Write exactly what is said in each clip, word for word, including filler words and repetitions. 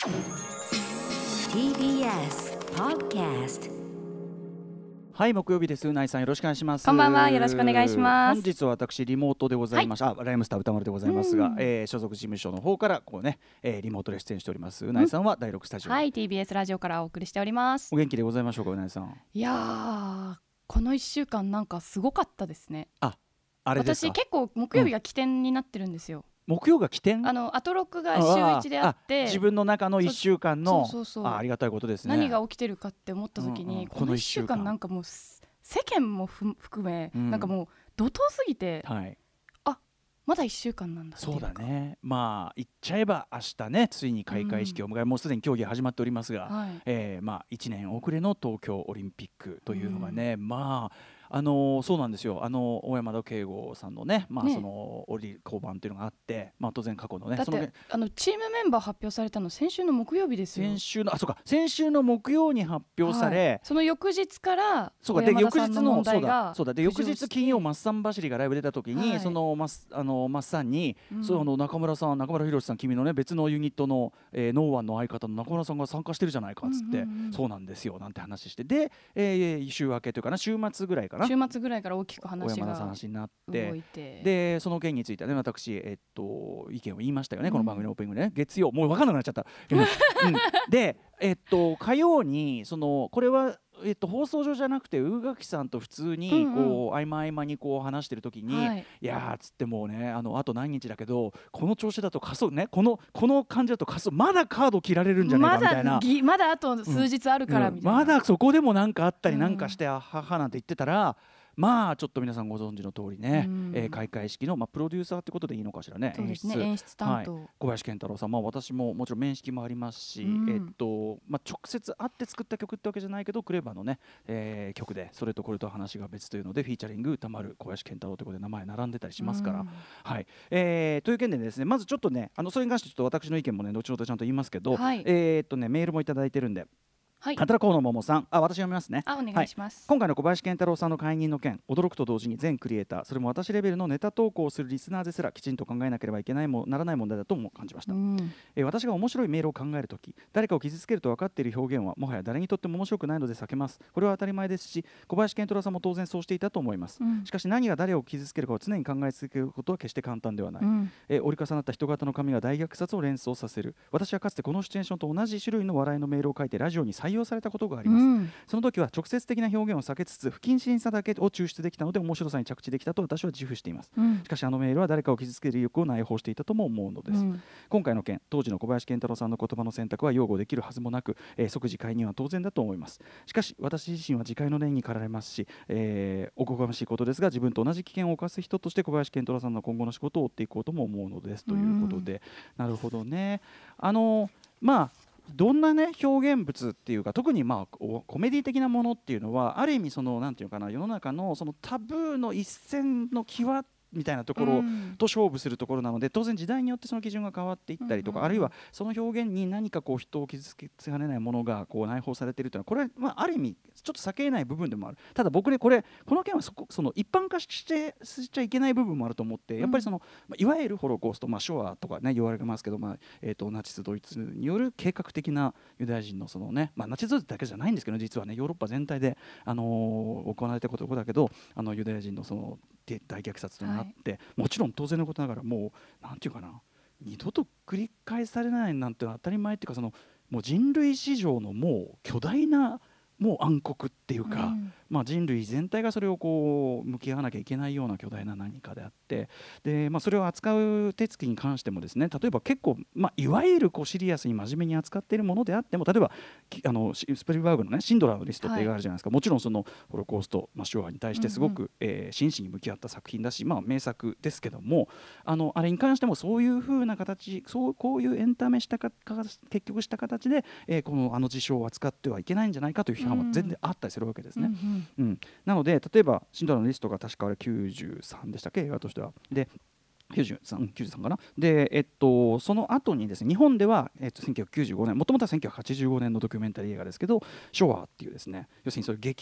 ティービーエス Podcast。 はい、木曜日です。うないさんよろしくお願いします。 こんばんは、よろしくお願いします。 本日は私リモートでございました、はい、あライムスター歌丸でございますが、えー、所属事務所の方からこうね、えー、リモートで出演しております。うないさんはだいろくスタジオ、 はい、ティービーエス ラジオからお送りしております。 お元気でございましょうか、うないさん。 いやー、このいっしゅうかんなんかすごかったですね。 あ、あれですか。 私結構木曜日が起点になってるんですよ、 うん、木曜が起点、 あのアトロクが週いちであって、 自分の中のいっしゅうかんの、 そうそうそう、 あ, ありがたいことですね。 何が起きてるかって思った時に、うんうん、このいっしゅうかんなんかもう世間も含め、うん、なんかもう怒涛すぎて、はい、あ、まだいっしゅうかんなんだっていうか。 そうだね。まあ言っちゃえば明日ね、ついに開会式を迎え、うん、もうすでに競技始まっておりますが、はい、えー、まあいちねん遅れの東京オリンピックというのがね、うん、まああのー、そうなんですよ。あの大山田圭吾さんのね、まあ、そのオリ降板っていうのがあって、まあ、当然過去のね、 だってそのあのチームメンバー発表されたの先週の木曜日ですよ。 先週のあそうか先週の木曜に発表され、 はい、その翌日からそうかで翌日の問題がそうだそうだで翌日金曜マッサン走りがライブ出た時に、はい、そのマッあのマッサンに、うん、その中村さん中村宏さん君のね別のユニットの、えー、ノーワンの相方の中村さんが参加してるじゃないかっつって、うんうんうん、そうなんですよなんて話してで、えー、週明けというかな週末ぐらいかな週末ぐらいから大きく話が話になって動いて、 でその件についてはね私、えっと、意見を言いましたよね、うん、この番組のオープニングでね月曜もう分かんなくなっちゃった、うん、で、えっと、火曜にそのこれはえっと、放送上じゃなくて宇垣さんと普通にこう、うんうん、合間合間にこう話してる時に、はい、いやーっつってもうねあのあと何日だけどこの調子だと仮想ねこのこの感じだと仮想まだカード切られるんじゃないかみたいな、 まだ、まだあと数日あるからみたいな、 うんうん、まだそこでもなんかあったりなんかして、うん、あははなんて言ってたらまあちょっと皆さんご存知の通りね、うんえー、開会式の、まあ、プロデューサーってことでいいのかしらね、 そうですね、演出担当、はい、 小林賢太郎さん、まあ、私ももちろん面識もありますし、うんえっとまあ、直接会って作った曲ってわけじゃないけどクレバのね、えー、曲でそれとこれと話が別というのでフィーチャリング歌丸小林賢太郎ということで名前並んでたりしますから、うんはいえー、という件でですねまずちょっとねあのそれに関してちょっと私の意見もね後ほどちゃんと言いますけど、はいえーっとね、メールもいただいてるんではい、働こうの桃さん、あ、私読みますね。 あ、お願いします、 はい、今回の小林賢太郎さんの解任の件、驚くと同時に全クリエイター、それも私レベルのネタ投稿をするリスナーですらきちんと考えなければいけないもならない問題だとも感じました、うんえー、私が面白いメールを考えるとき、誰かを傷つけると分かっている表現はもはや誰にとっても面白くないので避けます。これは当たり前ですし、小林賢太郎さんも当然そうしていたと思います、うん、しかし何が誰を傷つけるかを常に考え続けることは決して簡単ではない、うんえー、折り重なった人型の紙が大虐殺を連想させる。私はかつてこのシチュエーションと同じ種類の笑いのメールを書いてラジオに採用されたことがあります、うん、その時は直接的な表現を避けつつ不謹慎さだけを抽出できたので面白さに着地できたと私は自負しています、うん、しかしあのメールは誰かを傷つける意欲を内包していたとも思うのです、うん、今回の件当時の小林賢太郎さんの言葉の選択は擁護できるはずもなく、えー、即時解任は当然だと思います。しかし私自身は自戒の念に駆られますし、えー、おこがましいことですが自分と同じ危険を冒す人として小林賢太郎さんの今後の仕事を追っていこうとも思うのですということで、うん、なるほどね。あのまあどんなね表現物っていうか特にまあコメディ的なものっていうのはある意味そのなんていうかな世の中のそのタブーの一線の際みたいなところと勝負するところなので、当然時代によってその基準が変わっていったりとか、あるいはその表現に何かこう人を傷つけかねないものがこう内包されているというのはこれはまあある意味ちょっと避けない部分でもある。ただ僕ねこれこの件はそこその一般化してしちゃいけない部分もあると思って、やっぱりそのいわゆるホロコースト、まあショアとかね言われますけど、まあえっとナチスドイツによる計画的なユダヤ人のそのね、まあナチスドイツだけじゃないんですけど実はねヨーロッパ全体であの行われたことだけど、あのユダヤ人のその大虐殺となって、はい、もちろん当然のことながらもうなんていうかな二度と繰り返されないなんて当たり前っていうかそのもう人類史上のもう巨大なもう暗黒っていうか、うんまあ、人類全体がそれをこう向き合わなきゃいけないような巨大な何かであってで、まあ、それを扱う手つきに関してもですね例えば結構、まあ、いわゆるこうシリアスに真面目に扱っているものであっても例えばあのスピルバーグの、ね「シンドラーのリスト」って映画あるじゃないですか、はい、もちろんそのホロコースト、まあ、ショアに対してすごく、うんうんえー、真摯に向き合った作品だし、まあ、名作ですけども あのあれに関してもそういう風な形そうこういうエンタメしたか結局した形で、えー、このあの事象を扱ってはいけないんじゃないかという批判は全然あったりするわけですね、うんうんうん、なので例えばシンドラーのリストが確かあれきゅうじゅうさんでしたっけ映画としてはできゅうじゅうさん、きゅうじゅうさんかなで、えっと、その後にですね日本では、えっと、せんきゅうひゃくきゅうじゅうごねんもともとはせんきゅうひゃくはちじゅうごねんのドキュメンタリー映画ですけど「ショア」っていうですね要するにそういう劇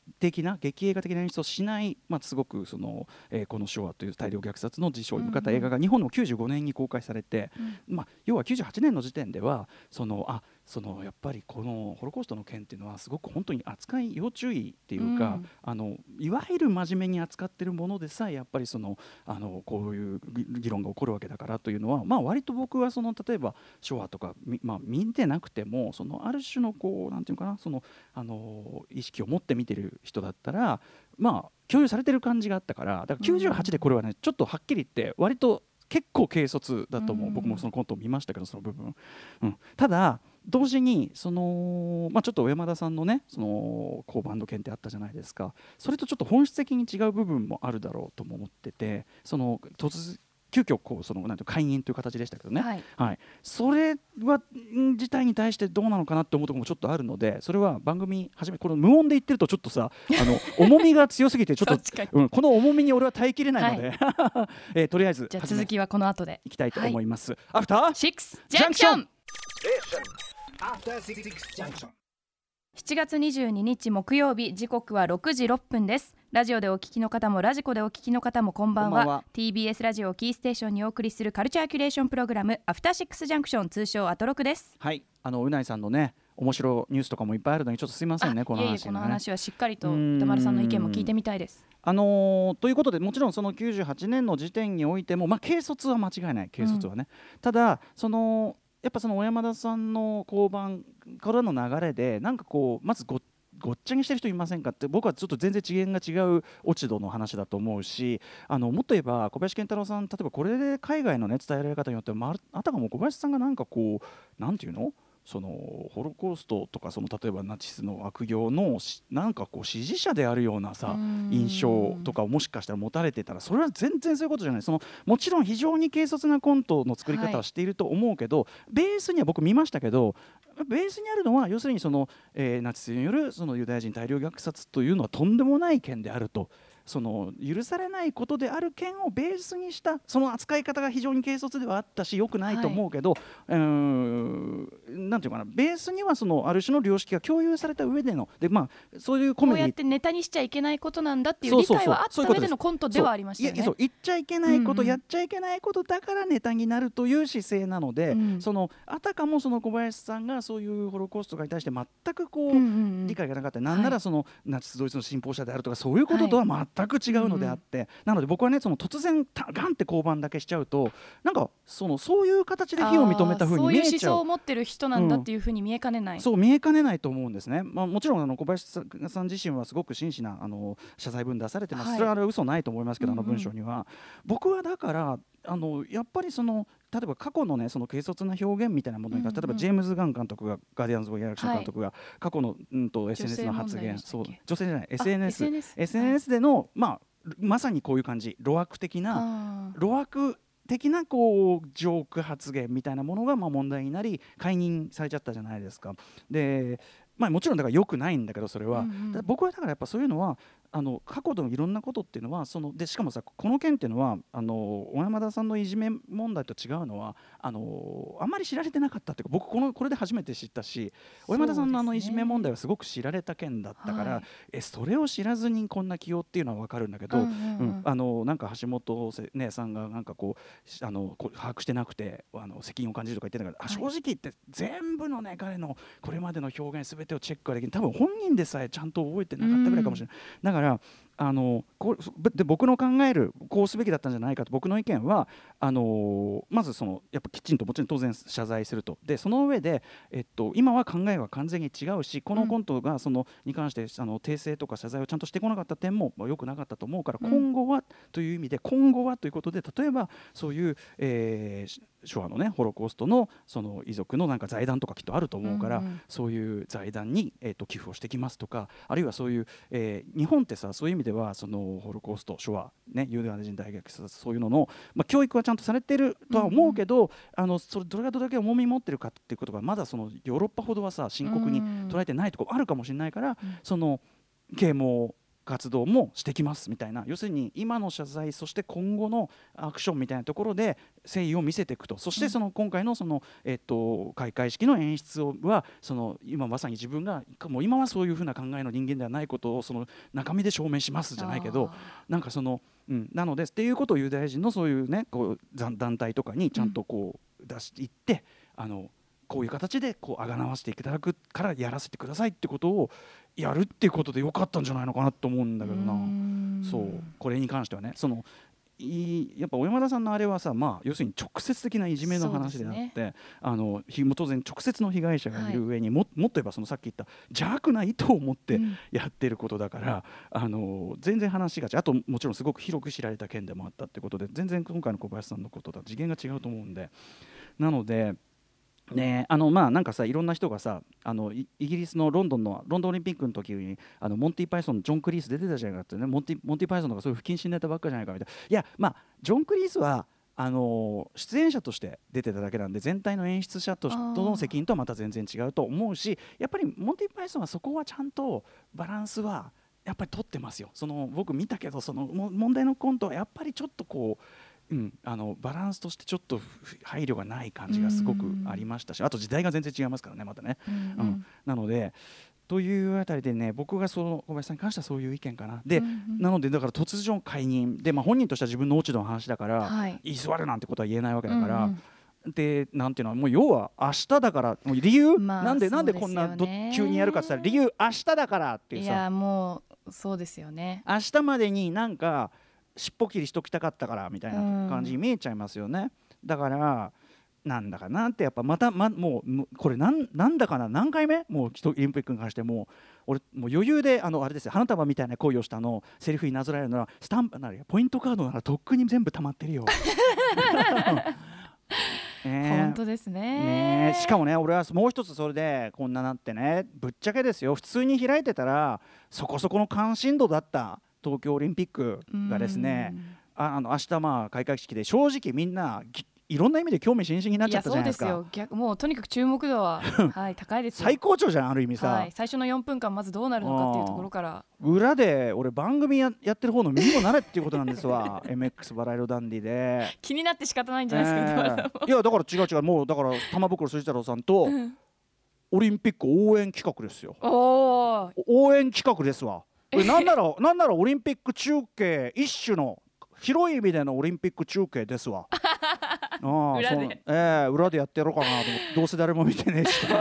的な劇映画的な演出をしない、まあ、すごくその、えー、この昭和という大量虐殺の事象に向かった映画が日本のきゅうじゅうごねんに公開されて、うんまあ、要はきゅうじゅうはちねんの時点ではそのあそのやっぱりこのホロコーストの件っていうのはすごく本当に扱い要注意っていうか、うん、あのいわゆる真面目に扱っているものでさえやっぱりそのあのこういう議論が起こるわけだからというのは、まあ、割と僕はその例えば昭和とか、まあ、見てなくてもそのある種のこうなんていうかなそのあの意識を持って見てる人だったらまあ共有されてる感じがあったからだからきゅうじゅうはちでこれはねちょっとはっきり言って割と結構軽率だと思う、うん、僕もそのコントを見ましたけどその部分、うん、ただ同時にその、まあ、ちょっと小山田さんのねその交番の件ってあったじゃないですかそれとちょっと本質的に違う部分もあるだろうとも思っててその突急遽こうそのなんていう解任という形でしたけどね、はいはい、それは自体に対してどうなのかなって思うところもちょっとあるのでそれは番組始めこの無音で言ってるとちょっとさあの重みが強すぎてちょっと、うん、この重みに俺は耐えきれないので、はいえー、とりあえずじゃあ続きはこの後でいきたいと思います、はい、アフターシックスジャンクションしちがつにじゅうににち木曜日時刻はろくじろっぷんです。ラジオでお聞きの方もラジコでお聞きの方もこんばんは。こんばんは。 ティービーエス ラジオキーステーションにお送りするカルチャーキュレーションプログラムアフターシックスジャンクション通称アトロクです。 はい、あのうないさんのね面白いニュースとかもいっぱいあるのにちょっとすいませんねこの話、ね、 いえいえこの話はしっかりと歌丸さんの意見も聞いてみたいです。 あのー、ということでもちろんそのきゅうじゅうはちねんの時点においても、まあ、軽率は間違いない軽率はね、うん、ただそのやっぱその小山田さんの交番からの流れでなんかこうまずごごっちゃにしてる人いませんかって僕はちょっと全然次元が違う落ち度の話だと思うしあのもっと言えば小林賢太郎さん例えばこれで海外の、ね、伝えられ方によってはあたかも小林さんがなんかこうなんていうのそのホロコーストとかその例えばナチスの悪行のなんかこう支持者であるようなさ印象とかをもしかしたら持たれてたらそれは全然そういうことじゃないそのもちろん非常に軽率なコントの作り方はしていると思うけど、はい、ベースには僕見ましたけどベースにあるのは要するにその、えー、ナチスによるそのユダヤ人大量虐殺というのはとんでもない件であると。その許されないことである件をベースにしたその扱い方が非常に軽率ではあったし良くないと思うけど、はい、うーんなんていうかなベースにはそのある種の良識が共有された上でので、まあ、そういうコメディこうやってネタにしちゃいけないことなんだっていう理解はあった上でのコントではありましたよね。 そう言っちゃいけないこと、うんうん、やっちゃいけないことだからネタになるという姿勢なので、うん、そのあたかもその小林さんがそういうホロコーストに対して全くこう、うんうんうん、理解がなかったなんならその、はい、ナチスドイツの信奉者であるとかそういうこととは全く違うのであって、はいうんうん、なので僕はねその突然ガンって降板だけしちゃうとなんかそのそういう形で非を認めた風に見えちゃうそういう思想を持ってる人なんだっていう風に見えかねない、 うん、そう見えかねないと思うんですね、まあ、もちろんあの小林さん自身はすごく真摯なあの謝罪文出されてます、はい、それはあれ嘘ないと思いますけど、うんうん、あの文章には僕はだからあのやっぱりその例えば過去のねその軽率な表現みたいなものに、うんうん、例えばジェームズ・ガン監督がガーディアンズ・オブ・ギャラクシー監督が過去の、うんと エスエヌエス の発言そう女性じゃない エスエヌエス エスエヌエス, エスエヌエス での、はいまあまさにこういう感じ路悪的な路悪的なこうジョーク発言みたいなものがまあ問題になり解任されちゃったじゃないですか。で、まあ、もちろんだから良くないんだけどそれは、うんうん、だ僕はだからやっぱそういうのはあの過去のいろんなことっていうのはそのでしかもさこの件っていうのはあの小山田さんのいじめ問題と違うのはあのあんまり知られてなかったっていうか僕このこれで初めて知ったし小山田さんのあのいじめ問題はすごく知られた件だったから、はい、えそれを知らずにこんな起用っていうのは分かるんだけど、うんうんうんうん、あのなんか橋本姉さんがなんかこうあのこう把握してなくてあの責任を感じるとか言ってたから、はい、正直言って全部のね彼のこれまでの表現全てをチェックができる多分本人でさえちゃんと覚えてなかったぐらいかもしれない、うん、だからあのこで僕の考えるこうすべきだったんじゃないかと僕の意見はあのまずそのやっぱきちんともちろん当然謝罪するとでその上で、えっと、今は考えは完全に違うしこのコントがそのに関してあの訂正とか謝罪をちゃんとしてこなかった点も良くなかったと思うから、うん、今後はという意味で今後はということで例えばそういう、えー、昭和のねホロコーストのその遺族のなんか財団とかきっとあると思うから、うんうん、そういう財団に、えー、と寄付をしてきますとかあるいはそういう、えー、日本ってさそういう意味ではそのホロコースト昭和、ね、ユダヤ人大虐殺そういうのの、まあ、教育はちゃんとされているとは思うけど、うんうん、あのそれどれがどれだけ重み持ってるかっていうことがまだそのヨーロッパほどはさ深刻に捉えてないところあるかもしれないから、うん、その啓蒙活動もしてきますみたいな、要するに今の謝罪そして今後のアクションみたいなところで誠意を見せていくと。そしてその今回のその、えっと、開会式の演出はその今まさに自分がもう今はそういうふうな考えの人間ではないことをその中身で証明しますじゃないけど、なんかその、うん、なのでっていうことをユダヤ人のそういうねこう団体とかにちゃんとこう出していって、うん、あのこういう形でこうあがなわせていただくからやらせてくださいってことをやるっていうことでよかったんじゃないのかなと思うんだけどな。そうこれに関してはね、そのいやっぱ小山田さんのあれはさ、まあ、要するに直接的ないじめの話であって、ね、あの当然直接の被害者がいる上に、はい、も, もっと言えばそのさっき言った邪悪な意図を持ってやってることだから、うん、あの全然話が違う。あともちろんすごく広く知られた件でもあったってことで全然今回の小林さんのこととは次元が違うと思うんで、なのでね、あのまあなんかさいろんな人がさあのイギリスのロンドンのロンドンオリンピックの時にあのモンティ・パイソンのジョン・クリース出てたじゃないかってね、モンティ、モンティパイソンとかそういう不謹慎ネタばっかじゃないかみたいな。いやまあジョン・クリースはあの出演者として出てただけなんで全体の演出者との責任とはまた全然違うと思うし、やっぱりモンティ・パイソンはそこはちゃんとバランスはやっぱり取ってますよ。その僕見たけどその問題のコントはやっぱりちょっとこううん、あのバランスとしてちょっと配慮がない感じがすごくありましたし、あと時代が全然違いますからねまたね、うんうんうん、なのでというあたりでね僕がその小林さんに関してはそういう意見かなで、うんうん、なのでだから突如解任で、まあ、本人としては自分の落ち度の話だから、はい、居座るなんてことは言えないわけだから、うんうん、でなんていうのもう要は明日だからもう理由、まあ、なんでなんでこんなど急にやるかって言ったら理由明日だからっていうさ、 いやもうそうですよね、 明日までになんか尻尾切りしときたかったからみたいな感じに見えちゃいますよね、うん、だからなんだかなってやっぱまた、ま、もうこれなんなんだかな何回目もうオリンピックに関してもう俺もう余裕であのあれですよ花束みたいな恋をしたのセリフになぞらえるならスタンプならポイントカードならとっくに全部溜まってるよえー、本当です ね, ねしかもね俺はもう一つそれでこんななってねぶっちゃけですよ普通に開いてたらそこそこの関心度だった東京オリンピックがですね、ああの明日まあ開会式で正直みんないろんな意味で興味津々になっちゃったじゃないですか。いやそうですよ、 逆もうとにかく注目度は、はい、高いですよ最高潮じゃんある意味さ、 はい、最初のよんぷんかんまずどうなるのかっていうところから裏で俺番組 や, やってる方の身にもなれっていうことなんですわエムエックス バラ色ダンディで気になって仕方ないんじゃないですか、 えー、いやだから違う違うもうだから玉袋筋太郎さんとオリンピック応援企画ですよお応援企画ですわこれなんならなんならオリンピック中継一種の広い意味でのオリンピック中継ですわあ裏で、えー、裏でやってやろうかなと思ってどうせ誰も見てねえし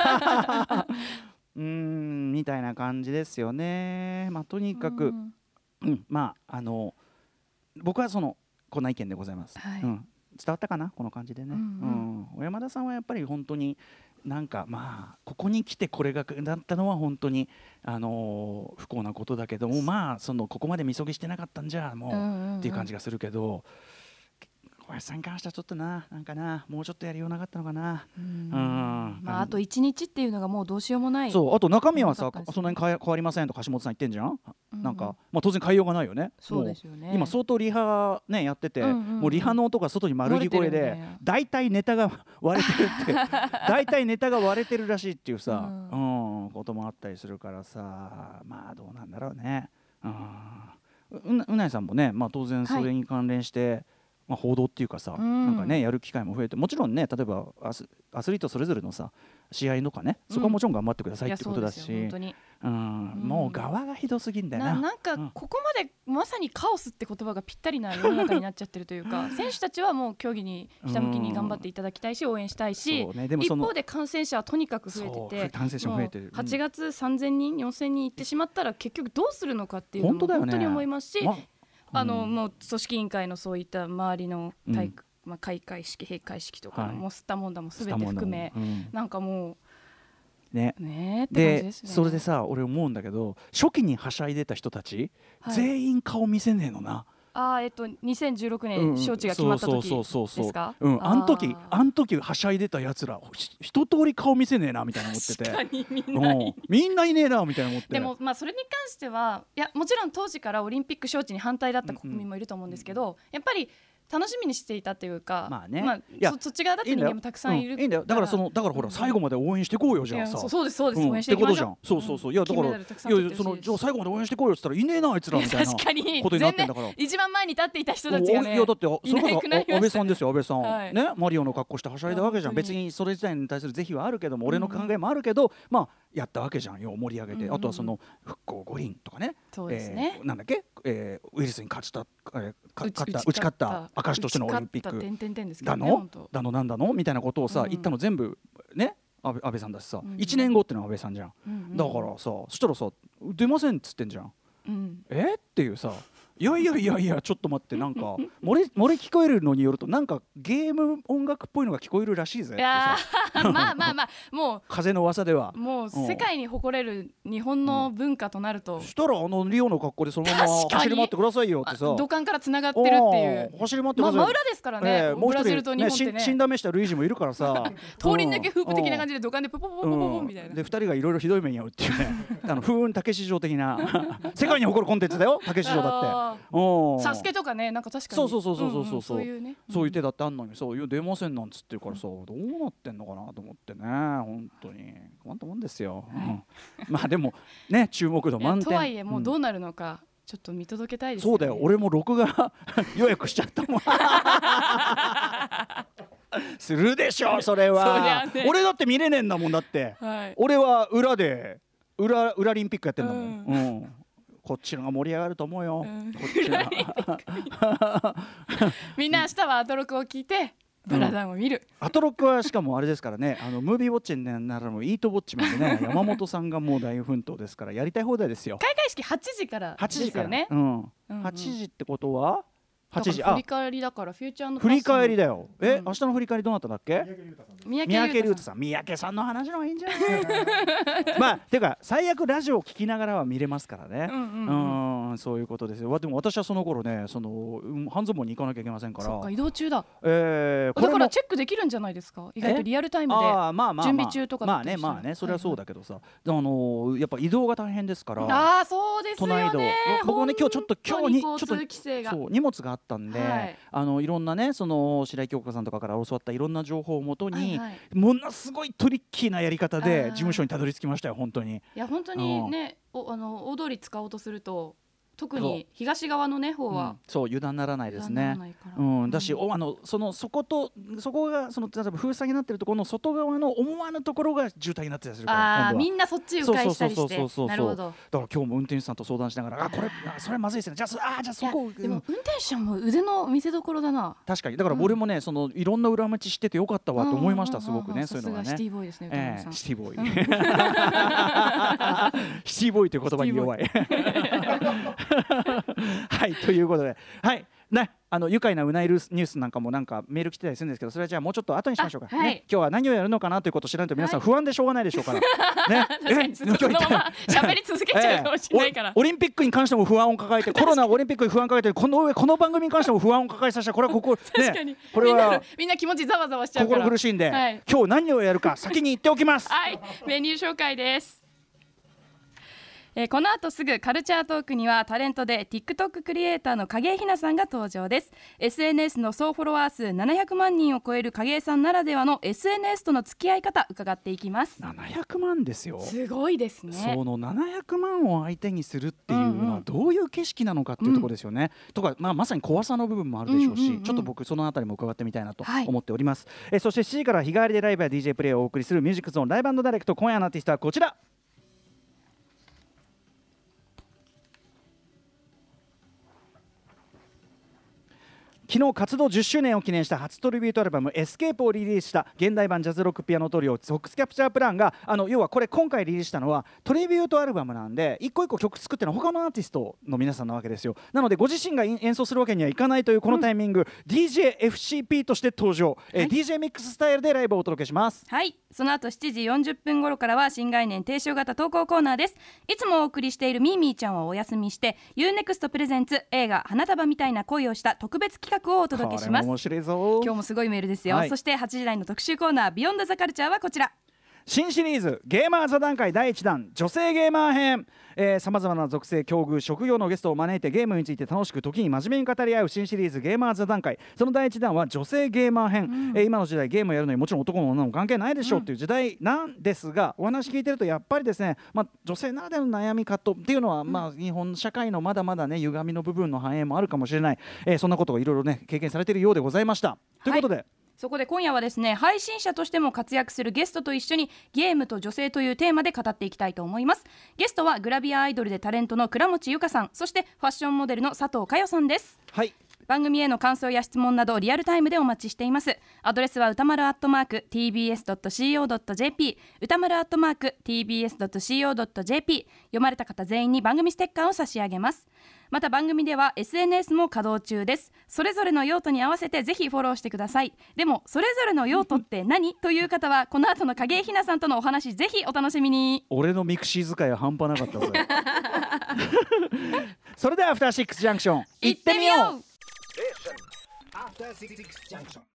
うーんみたいな感じですよね。まあとにかく、うんうん、まああの僕はそのこんな意見でございます、はいうん、伝わったかなこの感じでね、うんうんうん、小山田さんはやっぱり本当になんかまあここに来てこれがだったのは本当にあのー、不幸なことだけどもまあそのここまでみそぎしてなかったんじゃもう、うんうんうん、っていう感じがするけど小林さんに関してはちょっとななんかなもうちょっとやりようなかったのかなうんうんまああといちにちっていうのがもうどうしようもないそうあと中身はさそんなに変わりませんと橋本さん言ってんじゃん、うんうん、なんかまあ当然変えようがないよねそうですよね今相当リハねやってて、うんうんうん、もうリハの音が外に丸聞こえでだいたいネタが割れてるってだいたいネタが割れてるらしいっていうさ、うんうん、こともあったりするからさまあどうなんだろうねうん う, うなえさんもね、まあ、当然それに関連して、はいまあ、報道っていうかさ、うん、なんかねやる機会も増えてもちろんね例えばア ス, アスリートそれぞれのさ試合とかねそこはもちろん頑張ってくださいってことだし、うんうん、もう側がひどすぎんだよなな, なんかここまでまさにカオスって言葉がぴったりな世の中になっちゃってるというか選手たちはもう競技にひたむきに頑張っていただきたいし応援したいし、ね、でも一方で感染者はとにかく増えてて感染者増えてる、うん、 はちがつさんぜんにんよんせんにんいってしまったら結局どうするのかっていうのも本当に思いますし、まあのもう組織委員会のそういった周りの体育、うんまあ、開会式閉会式とかの、はい、もう吸ったもんだも全て含め、うん、なんかもうねねって感じですね。 でそれでさ俺思うんだけど初期にはしゃいでた人たち、はい、全員顔見せねえのなあえっとにせんじゅうろくねん招致が決まった時ですかあん時あん時はしゃいでたやつら一通り顔見せねえなみたいな思ってて確かにみんない、 みんないねえなみたいな思ってでもまあそれに関してはいやもちろん当時からオリンピック招致に反対だった国民もいると思うんですけど、うん、やっぱり楽しみにしていたというか、 まあね、 まあ、 いやそ, そっち側だって人間もたくさんいる、 うん、いいんだよだからそのだからほら、うん、最後まで応援してこうよじゃあさ。 そうそうですそうです、うん、応援していきましょう。 ってことじゃん。そうそうそう、いやだからいやそのじゃあ最後まで応援してこうよっつったらいねえなあいつらみたいなことになってんだから。 一番前に立っていた人たちがね、 いやだってそれこそ安倍さんですよ安倍さん、 はい、 ねマリオの格好してはしゃいだわけじゃん。別にそれ自体に対する是非はあるけども、俺の考えもあるけど、まあやったわけじゃんよ、盛り上げて、うんうんうん、あとはその復興五輪とかね、 そうですね、 えー、なんだっけ、えー、ウイルスに勝ちた、えー、勝った打ち勝った証としてのオリンピックだのだのなんだのみたいなことをさ、うん、言ったの全部ね安倍、安倍さんだしさ、うん、いちねんごってのは安倍さんじゃん、うんうん、だからさそしたらさ出ませんっつってんじゃん、うん、えっていうさいやいやいやいやちょっと待ってなんか漏れ漏れ聞こえるのによるとなんかゲーム音楽っぽいのが聞こえるらしいぜってさまあまあまあもう風の噂ではもう世界に誇れる日本の文化となると、うん、 したらあのリオの格好でそのまま走り回ってくださいよってさ土管からつながってるっていう走り回ってください、 まあ、真裏ですからね、えー、もう一人ね死んだ目したルイージもいるからさ通り抜けフープ的な感じで土管でポポポポポポポみたいな、 うん、でふたりがいろいろひどい目に遭うっていうねあの風雲竹市場的な世界に誇るコンテンツだよ竹市場だっておサスケとかねなんか確かにそうそうそうそうそうそう、うんうん、 そういうね、 うん、そういう手だってあんのにそういう出ませんなんつってるからさ、どうなってんのかなと思ってね本当に困ったもんですよ、はい、うん、まあでもね注目度満点とはいえもうどうなるのか、うん、ちょっと見届けたいですね。 そうだよ俺も録画予約しちゃったもんするでしょそれはそ、ね、俺だって見れねえんだもんだって、はい、俺は裏で裏裏リンピックやってんだもん、うんうん、こっちのが盛り上がると思うよ、うん、こっちがみんな明日はアトロクを聞いてブラダンを見る、 うん、アトロクはしかもあれですからねあのムービーウォッチにならぬイートウォッチまでね山本さんがもう大奮闘ですからやりたい放題ですよ。 開会式はちじからですよね。 はちじから、うんうんうん、はちじってことははちじ、 振り返りだからフューチャーの振り返りだよ。え、うん、明日の振り返りどうなったんだっけ？ 三宅龍太さん。三宅さんの話の方がいいんじゃないまあてか最悪ラジオを聞きながらは見れますからね、うんうんうんうん、そういうことですよ。でも私はその頃ねその半ズボンに行かなきゃいけませんから。 そっか移動中だ、 えー、 だからチェックできるんじゃないですか。意外とリアルタイムで準備中とかだったりして。 まあねまあねそれはそうだけどさ、はいはい、あのー、やっぱ移動が大変ですから。 ああそうですよね。 都内移動僕もね今日ちょっと今日にちょっとそう荷物があったんで、はい、あのいろんなねその白井京子さんとかから教わったいろんな情報をもとに、はいはい、ものすごいトリッキーなやり方で事務所にたどり着きましたよ本当に。いや本当にね、うん、おあの大通り使おうとすると特に東側のね方は、うん、 そう油断ならないですね。うん、だし、うん、あのそのそことそこがその例えば封鎖になってるところの外側の思わぬところが渋滞になってたりするから。 あみんなそっち迂回したりして。なるほど。だから今日も運転手さんと相談しながらあこれあそれまずいですね。じゃああじゃあそこ。 でも運転手さんも腕の見せ所だな。 確かにだから俺もね、うん、そのいろんな裏道知っててよかったわと思いました、うん、すごくね、うん、そういうのがね。 シティボーイですね。 えー、シティボーイ。シティボーイという言葉に弱い。はいということではいねあの愉快なうないニュースなんかもなんかメール来てたりするんですけどそれはじゃあもうちょっと後にしましょうか、はいね、今日は何をやるのかなということを知らないと皆さん不安でしょうがないでしょうから、ね、 確かにずっとこのまま喋り続けちゃうかもしれないから、 えー、オリンピックに関しても不安を抱えてコロナオリンピックに不安を抱えてこの上この番組に関しても不安を抱えさせたこれはここ、ね、 確かにこれはみんな気持ちざわざわしちゃうから心苦しいんで、 はい、 今日何をやるか先に言っておきますはいメニュー紹介です。えー、この後すぐカルチャートークにはタレントで TikTok クリエイターの影井ひなさんが登場です。 エスエヌエス の総フォロワー数ななひゃくまんにんを超える影井さんならではの エスエヌエス との付き合い方伺っていきます。 ななひゃくまんですよ。 すごいですね。 そのななひゃくまんを相手にするっていうのはどういう景色なのかっていうところですよね、うん、とか、まあ、まさに怖さの部分もあるでしょうし、うんうんうん、ちょっと僕そのあたりも伺ってみたいなと思っております、はい、えそしてしちじから日替わりでライブや ディージェー プレイをお送りするミュージックゾーンライブ&ダイレクト。今夜のアーティストはこちら。昨日活動じゅっしゅうねんを記念した初トリビュートアルバムエスケープをリリースした現代版ジャズロックピアノトリオソックスキャプチャープランがあの要はこれ今回リリースしたのはトリビュートアルバムなんで一個一個曲作ってるのは他のアーティストの皆さんなわけですよ。なのでご自身が演奏するわけにはいかないというこのタイミング、うん、ディージェーエフシーピー として登場、えーはい、ディージェー ミックススタイルでライブをお届けします。 はい、その後しちじよんじゅっぷん頃からは新概念提唱型投稿コーナーです。いつもお送りしているミーミーちゃんはお休みして ユーネクスト プレゼンツ映画花束みたいな恋をした特別企画をお届けします。 面白いぞ。 今日もすごいメールですよ、はい、そしてはちじ台の特集コーナービヨンドザカルチャーはこちら。 新シリーズゲーマー座談会だいいちだん女性ゲーマー編、さまざまな属性境遇職業のゲストを招いてゲームについて楽しく時に真面目に語り合う新シリーズゲーマー座談会、そのだいいちだんは女性ゲーマー編、うん、えー、今の時代ゲームをやるのにもちろん男も女も関係ないでしょうっていう時代なんですが、お話聞いてるとやっぱりですね、まあ、女性ならではの悩み葛藤っていうのは、まあ、日本社会のまだまだね歪みの部分の反映もあるかもしれない、えー、そんなことをいろいろね経験されているようでございました。ということで、はい、 そこで今夜はですね、配信者としても活躍するゲストと一緒にゲームと女性というテーマで語っていきたいと思います。ゲストはグラビアアイドルでタレントの倉持由香さん、そしてファッションモデルの佐藤佳代さんです。 はい、 番組への感想や質問などリアルタイムでお待ちしています。アドレスは歌丸アットマーク ティービーエスドットシーオードットジェーピー 歌丸アットマーク ティービーエスドットシーオードットジェーピー 読まれた方全員に番組ステッカーを差し上げます。また番組では エスエヌエス も稼働中です。それぞれの用途に合わせてぜひフォローしてください。でもそれぞれの用途って何という方はこの後の影江ひなさんとのお話ぜひお楽しみに。 俺のミクシー使いは半端なかったぞそれではアフターシックスジャンクション行ってみよう。 After Six Junction.